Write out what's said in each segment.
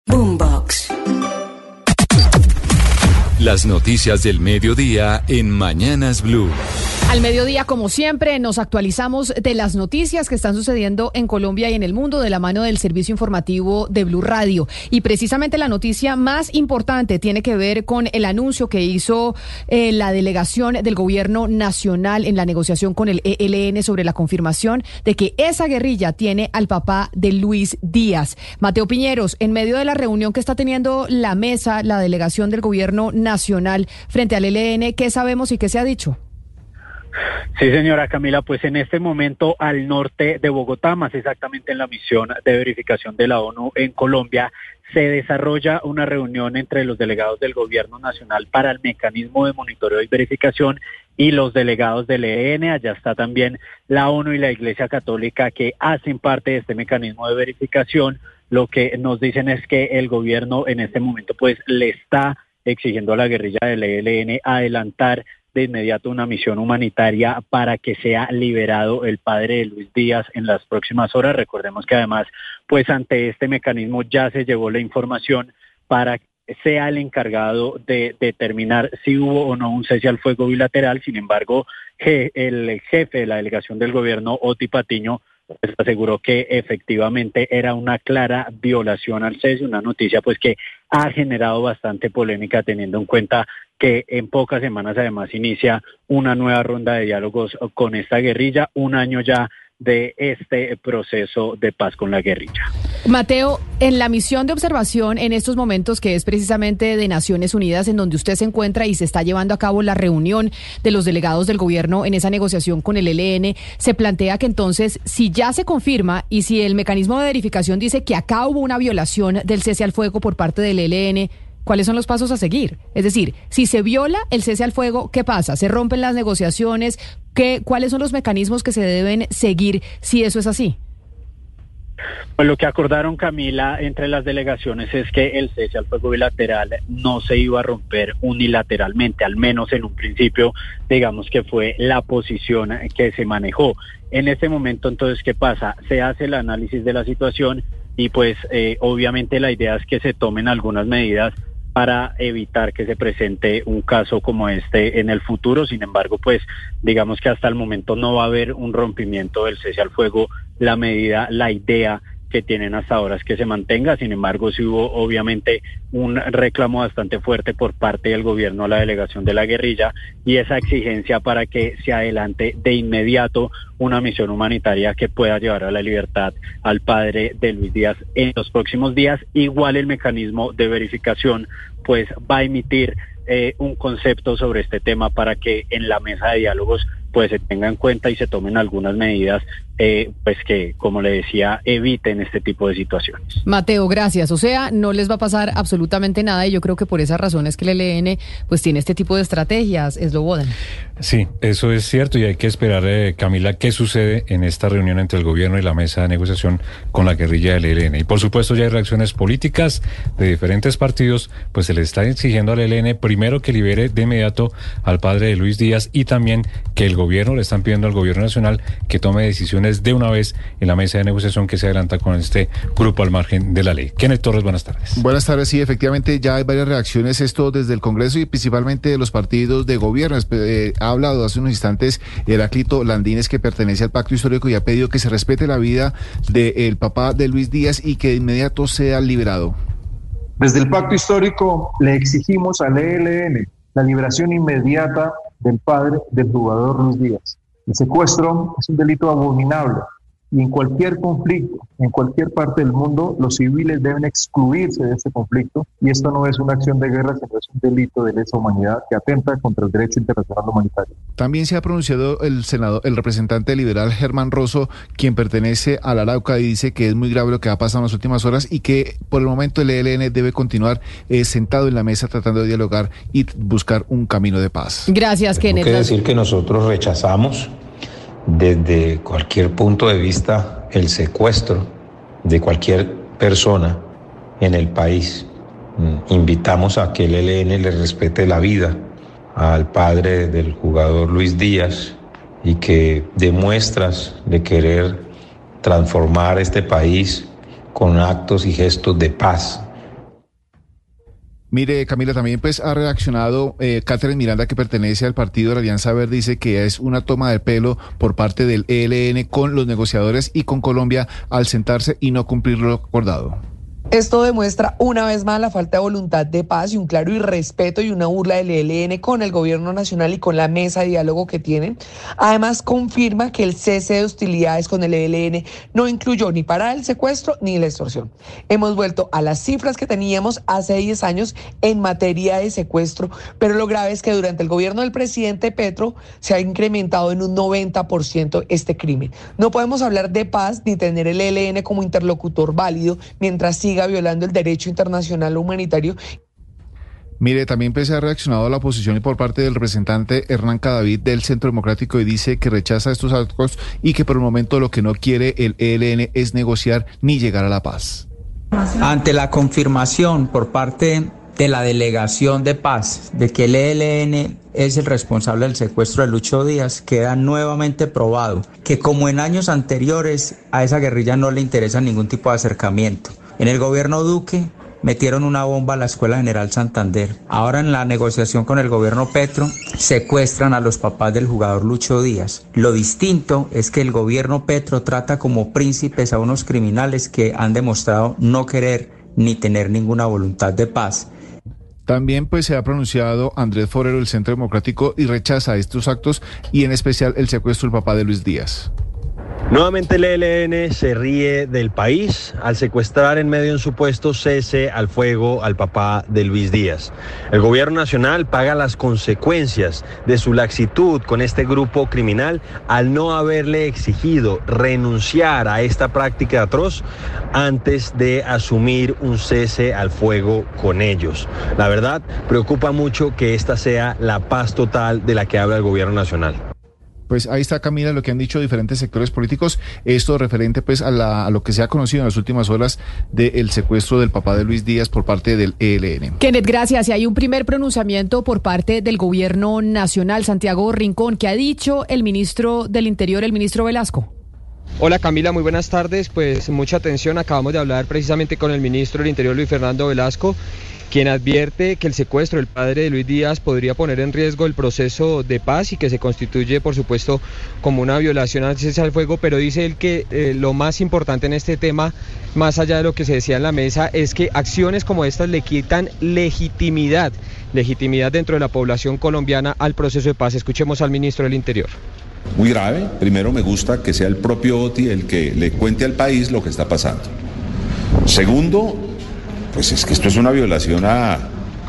Boombox. Las noticias del mediodía en Mañanas Blue. Al mediodía, como siempre, nos actualizamos de las noticias que están sucediendo en Colombia y en el mundo de la mano del servicio informativo de Blue Radio. Y precisamente la noticia más importante tiene que ver con el anuncio que hizo la delegación del gobierno nacional en la negociación con el ELN sobre la confirmación de que esa guerrilla tiene al papá de Luis Díaz. Mateo Piñeros, en medio de la reunión que está teniendo la mesa, la delegación del gobierno nacional frente al ELN, ¿qué sabemos y qué se ha dicho? Sí, señora Camila, pues en este momento al norte de Bogotá, más exactamente en la misión de verificación de la ONU en Colombia, se desarrolla una reunión entre los delegados del gobierno nacional para el mecanismo de monitoreo y verificación y los delegados del ELN. Allá está también la ONU y la Iglesia Católica que hacen parte de este mecanismo de verificación. Lo que nos dicen es que el gobierno en este momento pues le está exigiendo a la guerrilla del ELN adelantar de inmediato una misión humanitaria para que sea liberado el padre de Luis Díaz en las próximas horas. Recordemos que además, pues ante este mecanismo ya se llevó la información para que sea el encargado de determinar si hubo o no un cese al fuego bilateral. Sin embargo, el jefe de la delegación del gobierno, Oti Patiño, pues aseguró que efectivamente era una clara violación al cese, una noticia pues que ha generado bastante polémica teniendo en cuenta que en pocas semanas además inicia una nueva ronda de diálogos con esta guerrilla, un año ya de este proceso de paz con la guerrilla. Mateo, en la misión de observación en estos momentos, que es precisamente de Naciones Unidas, en donde usted se encuentra y se está llevando a cabo la reunión de los delegados del gobierno en esa negociación con el ELN, se plantea que entonces, si ya se confirma y si el mecanismo de verificación dice que acá hubo una violación del cese al fuego por parte del ELN, ¿cuáles son los pasos a seguir? Es decir, si se viola el cese al fuego, ¿qué pasa? ¿Se rompen las negociaciones? ¿Cuáles son los mecanismos que se deben seguir si eso es así? Pues lo que acordaron, Camila, entre las delegaciones es que el cese al fuego bilateral no se iba a romper unilateralmente, al menos en un principio, digamos que fue la posición que se manejó. En este momento, entonces, ¿qué pasa? Se hace el análisis de la situación y pues obviamente la idea es que se tomen algunas medidas para evitar que se presente un caso como este en el futuro. Sin embargo, pues digamos que hasta el momento no va a haber un rompimiento del cese al fuego. La idea que tienen hasta ahora es que se mantenga. Sin embargo, sí hubo obviamente un reclamo bastante fuerte por parte del gobierno a la delegación de la guerrilla y esa exigencia para que se adelante de inmediato una misión humanitaria que pueda llevar a la libertad al padre de Luis Díaz en los próximos días. Igual el mecanismo de verificación pues va a emitir un concepto sobre este tema para que en la mesa de diálogos pues se tenga en cuenta y se tomen algunas medidas pues que, como le decía, eviten este tipo de situaciones. Mateo, gracias. O sea, no les va a pasar absolutamente nada y yo creo que por esas razones que el ELN pues tiene este tipo de estrategias, Slobodan. Sí, eso es cierto y hay que esperar, Camila, qué sucede en esta reunión entre el gobierno y la mesa de negociación con la guerrilla del ELN. Y por supuesto ya hay reacciones políticas de diferentes partidos, pues se le está exigiendo al ELN primero que libere de inmediato al padre de Luis Díaz y también que el gobierno, le están pidiendo al gobierno nacional que tome decisiones de una vez en la mesa de negociación que se adelanta con este grupo al margen de la ley. Kenneth Torres, buenas tardes. Buenas tardes, sí, efectivamente ya hay varias reacciones, esto desde el Congreso y principalmente de los partidos de gobierno. Ha hablado hace unos instantes Heráclito Landines, que pertenece al Pacto Histórico y ha pedido que se respete la vida del papá de Luis Díaz y que de inmediato sea liberado. Desde el Pacto Histórico le exigimos al ELN la liberación inmediata del padre del jugador Luis Díaz. El secuestro es un delito abominable y en cualquier conflicto, en cualquier parte del mundo, los civiles deben excluirse de este conflicto y esto no es una acción de guerra, sino es un delito de lesa humanidad que atenta contra el derecho internacional humanitario. También se ha pronunciado el representante liberal Germán Rosso, quien pertenece al Arauca y dice que es muy grave lo que ha pasado en las últimas horas y que por el momento el ELN debe continuar sentado en la mesa tratando de dialogar y buscar un camino de paz. Gracias, Kenneth. Tengo que decir que nosotros rechazamos desde cualquier punto de vista el secuestro de cualquier persona en el país. Invitamos a que el ELN le respete la vida al padre del jugador Luis Díaz y que dé muestras de querer transformar este país con actos y gestos de paz Mire, Camila, también pues ha reaccionado Catherine Miranda, que pertenece al partido de la Alianza Verde, dice que es una toma de pelo por parte del ELN con los negociadores y con Colombia al sentarse y no cumplir lo acordado. Esto demuestra una vez más la falta de voluntad de paz y un claro irrespeto y una burla del ELN con el gobierno nacional y con la mesa de diálogo que tienen. Además, confirma que el cese de hostilidades con el ELN no incluyó ni parar el secuestro ni la extorsión. Hemos vuelto a las cifras que teníamos hace 10 años en materia de secuestro, pero lo grave es que durante el gobierno del presidente Petro se ha incrementado en un 90% este crimen. No podemos hablar de paz ni tener el ELN como interlocutor válido mientras siga violando el derecho internacional humanitario. Mire, también ha reaccionado a la oposición y por parte del representante Hernán Cadavid del Centro Democrático y dice que rechaza estos actos y que por el momento lo que no quiere el ELN es negociar ni llegar a la paz. Ante la confirmación por parte de la delegación de paz de que el ELN es el responsable del secuestro de Lucho Díaz, queda nuevamente probado que, como en años anteriores, a esa guerrilla no le interesa ningún tipo de acercamiento. En el gobierno Duque metieron una bomba a la Escuela General Santander. Ahora, en la negociación con el gobierno Petro, secuestran a los papás del jugador Lucho Díaz. Lo distinto es que el gobierno Petro trata como príncipes a unos criminales que han demostrado no querer ni tener ninguna voluntad de paz. También se ha pronunciado Andrés Forero del Centro Democrático y rechaza estos actos y en especial el secuestro del papá de Luis Díaz. Nuevamente el ELN se ríe del país al secuestrar en medio de un supuesto cese al fuego al papá de Luis Díaz. El gobierno nacional paga las consecuencias de su laxitud con este grupo criminal al no haberle exigido renunciar a esta práctica atroz antes de asumir un cese al fuego con ellos. La verdad, preocupa mucho que esta sea la paz total de la que habla el gobierno nacional. Pues ahí está, Camila, lo que han dicho diferentes sectores políticos, esto referente a lo que se ha conocido en las últimas horas del secuestro del papá de Luis Díaz por parte del ELN. Kenneth, gracias. Y hay un primer pronunciamiento por parte del gobierno nacional, Santiago Rincón. ¿Qué ha dicho el ministro del Interior, el ministro Velasco? Hola Camila, muy buenas tardes. Pues mucha atención, acabamos de hablar precisamente con el ministro del Interior, Luis Fernando Velasco, quien advierte que el secuestro del padre de Luis Díaz podría poner en riesgo el proceso de paz y que se constituye, por supuesto, como una violación al cese al fuego, pero dice él que lo más importante en este tema, más allá de lo que se decía en la mesa, es que acciones como estas le quitan legitimidad dentro de la población colombiana al proceso de paz. Escuchemos al ministro del Interior. Muy grave. Primero, me gusta que sea el propio OTI el que le cuente al país lo que está pasando. Segundo, pues es que esto es una violación al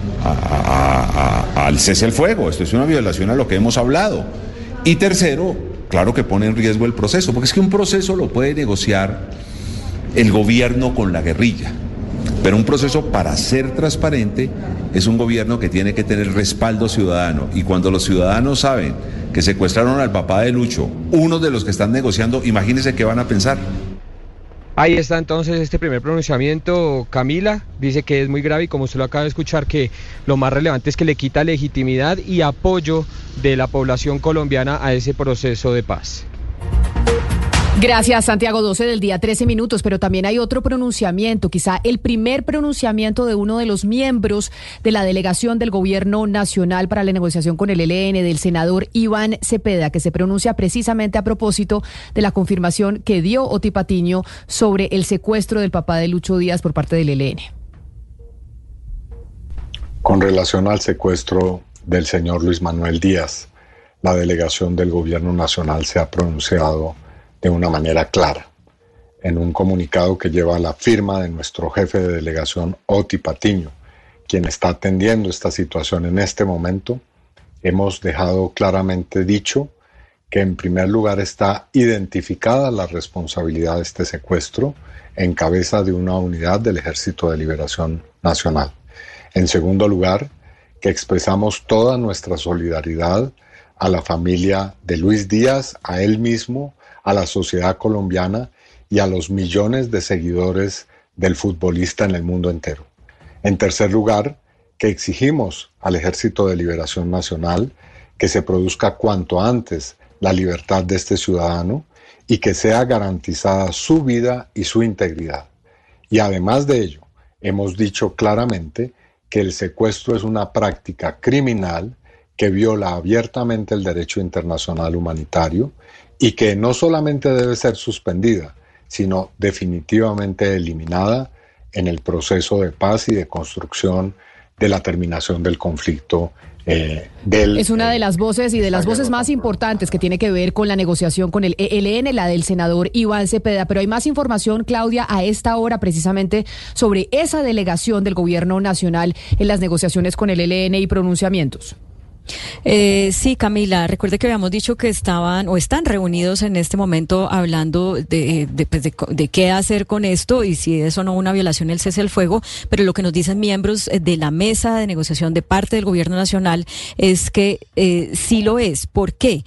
cese al fuego, esto es una violación a lo que hemos hablado. Y tercero, claro que pone en riesgo el proceso, porque es que un proceso lo puede negociar el gobierno con la guerrilla, pero un proceso, para ser transparente, es un gobierno que tiene que tener respaldo ciudadano, y cuando los ciudadanos saben que secuestraron al papá de Lucho, uno de los que están negociando, imagínense qué van a pensar. Ahí está entonces este primer pronunciamiento. Camila dice que es muy grave y, como usted lo acaba de escuchar, que lo más relevante es que le quita legitimidad y apoyo de la población colombiana a ese proceso de paz. Gracias, Santiago. 12 del día, 13 minutos, pero también hay otro pronunciamiento, quizá el primer pronunciamiento de uno de los miembros de la delegación del Gobierno Nacional para la negociación con el ELN, del senador Iván Cepeda, que se pronuncia precisamente a propósito de la confirmación que dio Oti Patiño sobre el secuestro del papá de Lucho Díaz por parte del ELN. Con relación al secuestro del señor Luis Manuel Díaz, la delegación del Gobierno Nacional se ha pronunciado de una manera clara. En un comunicado que lleva la firma de nuestro jefe de delegación, Oti Patiño, quien está atendiendo esta situación en este momento, hemos dejado claramente dicho que en primer lugar está identificada la responsabilidad de este secuestro en cabeza de una unidad del Ejército de Liberación Nacional. En segundo lugar, que expresamos toda nuestra solidaridad a la familia de Luis Díaz, a él mismo, a la sociedad colombiana y a los millones de seguidores del futbolista en el mundo entero. En tercer lugar, que exigimos al Ejército de Liberación Nacional que se produzca cuanto antes la libertad de este ciudadano y que sea garantizada su vida y su integridad. Y además de ello, hemos dicho claramente que el secuestro es una práctica criminal que viola abiertamente el derecho internacional humanitario y que no solamente debe ser suspendida, sino definitivamente eliminada en el proceso de paz y de construcción de la terminación del conflicto. Es una de las voces y de las voces más importantes que tiene que ver con la negociación con el ELN, la del senador Iván Cepeda. Pero hay más información, Claudia, a esta hora precisamente sobre esa delegación del gobierno nacional en las negociaciones con el ELN y pronunciamientos. Sí, Camila, recuerde que habíamos dicho que estaban o están reunidos en este momento hablando de qué hacer con esto y si es o no una violación el cese al fuego, pero lo que nos dicen miembros de la mesa de negociación de parte del gobierno nacional es que sí lo es. ¿Por qué?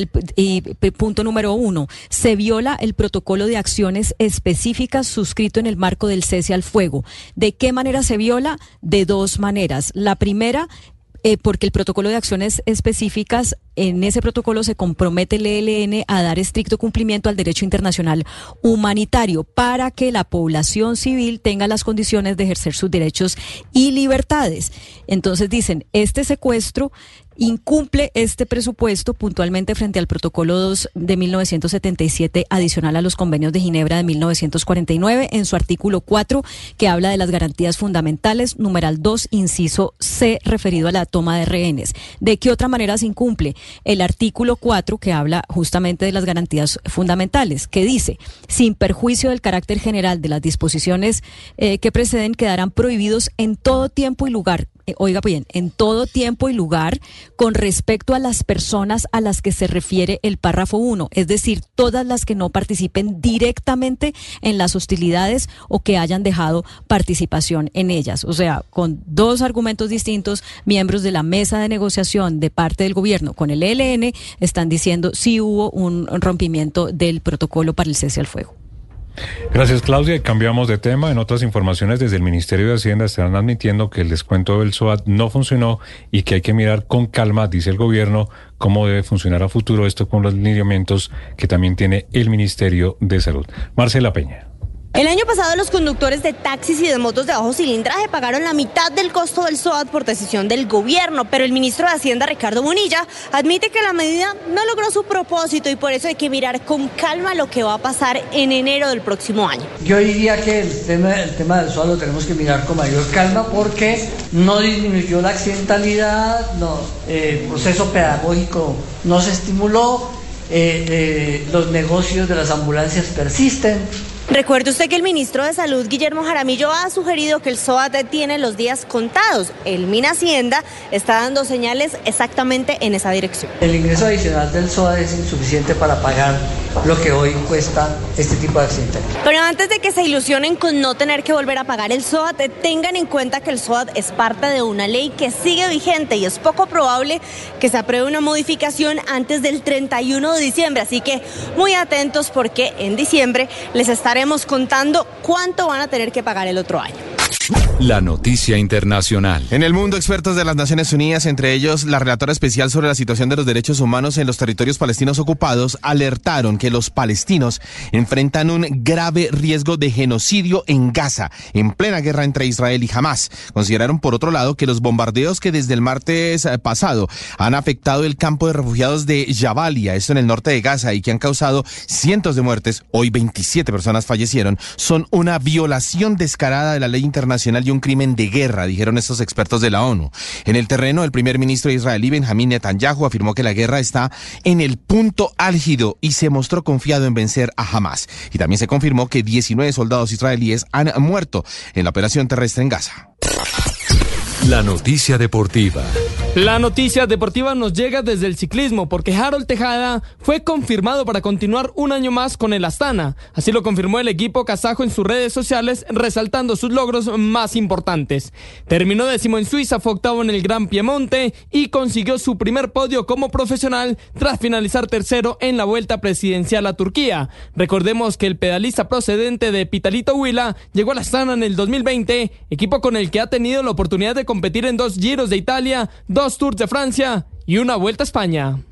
Punto número 1, se viola el protocolo de acciones específicas suscrito en el marco del cese al fuego. ¿De qué manera se viola? De dos maneras. La primera, porque el protocolo de acciones específicas, en ese protocolo se compromete el ELN a dar estricto cumplimiento al derecho internacional humanitario para que la población civil tenga las condiciones de ejercer sus derechos y libertades. Entonces dicen, este secuestro incumple este presupuesto puntualmente frente al protocolo 2 de 1977 adicional a los convenios de Ginebra de 1949 en su artículo 4 que habla de las garantías fundamentales, numeral 2, inciso C, referido a la toma de rehenes. ¿De qué otra manera se incumple? El artículo 4 que habla justamente de las garantías fundamentales, que dice, sin perjuicio del carácter general de las disposiciones que preceden, quedarán prohibidos en todo tiempo y lugar, oiga bien, en todo tiempo y lugar, con respecto a las personas a las que se refiere el párrafo 1, es decir, todas las que no participen directamente en las hostilidades o que hayan dejado participación en ellas. O sea, con dos argumentos distintos, miembros de la mesa de negociación de parte del gobierno con el ELN están diciendo si hubo un rompimiento del protocolo para el cese al fuego. Gracias, Claudia. Cambiamos de tema. En otras informaciones, desde el Ministerio de Hacienda están admitiendo que el descuento del SOAT no funcionó y que hay que mirar con calma, dice el gobierno, cómo debe funcionar a futuro esto con los lineamientos que también tiene el Ministerio de Salud. Marcela Peña. El año pasado los conductores de taxis y de motos de bajo cilindraje pagaron la mitad del costo del SOAT por decisión del gobierno, pero el ministro de Hacienda, Ricardo Bonilla, admite que la medida no logró su propósito y por eso hay que mirar con calma lo que va a pasar en enero del próximo año. Yo diría que el tema del SOAT lo tenemos que mirar con mayor calma porque no disminuyó la accidentalidad, el proceso pedagógico no se estimuló, los negocios de las ambulancias persisten. Recuerde usted que el ministro de Salud, Guillermo Jaramillo, ha sugerido que el SOAT tiene los días contados. El MinHacienda está dando señales exactamente en esa dirección. El ingreso adicional del SOAT es insuficiente para pagar lo que hoy cuesta este tipo de accidentes. Pero antes de que se ilusionen con no tener que volver a pagar el SOAT, tengan en cuenta que el SOAT es parte de una ley que sigue vigente y es poco probable que se apruebe una modificación antes del 31 de diciembre. Así que muy atentos porque en diciembre les estaremos contando cuánto van a tener que pagar el otro año. La noticia internacional. En el mundo, expertos de las Naciones Unidas, entre ellos la relatora especial sobre la situación de los derechos humanos en los territorios palestinos ocupados, alertaron que los palestinos enfrentan un grave riesgo de genocidio en Gaza, en plena guerra entre Israel y Hamás. Consideraron, por otro lado, que los bombardeos que desde el martes pasado han afectado el campo de refugiados de Jabalia, esto en el norte de Gaza, y que han causado cientos de muertes, hoy 27 personas fallecieron, son una violación descarada de la ley internacional y un crimen de guerra, dijeron estos expertos de la ONU. En el terreno, el primer ministro israelí Benjamín Netanyahu afirmó que la guerra está en el punto álgido y se mostró confiado en vencer a Hamás. Y también se confirmó que 19 soldados israelíes han muerto en la operación terrestre en Gaza. La noticia deportiva. La noticia deportiva nos llega desde el ciclismo porque Harold Tejada fue confirmado para continuar un año más con el Astana. Así lo confirmó el equipo kazajo en sus redes sociales, resaltando sus logros más importantes. Terminó 10º en Suiza, fue octavo en el Gran Piemonte y consiguió su primer podio como profesional tras finalizar tercero en la Vuelta Presidencial a Turquía. Recordemos que el pedalista procedente de Pitalito Huila llegó al Astana en el 2020, equipo con el que ha tenido la oportunidad de competir en 2 Giros de Italia, 2 Tours de Francia y una Vuelta a España.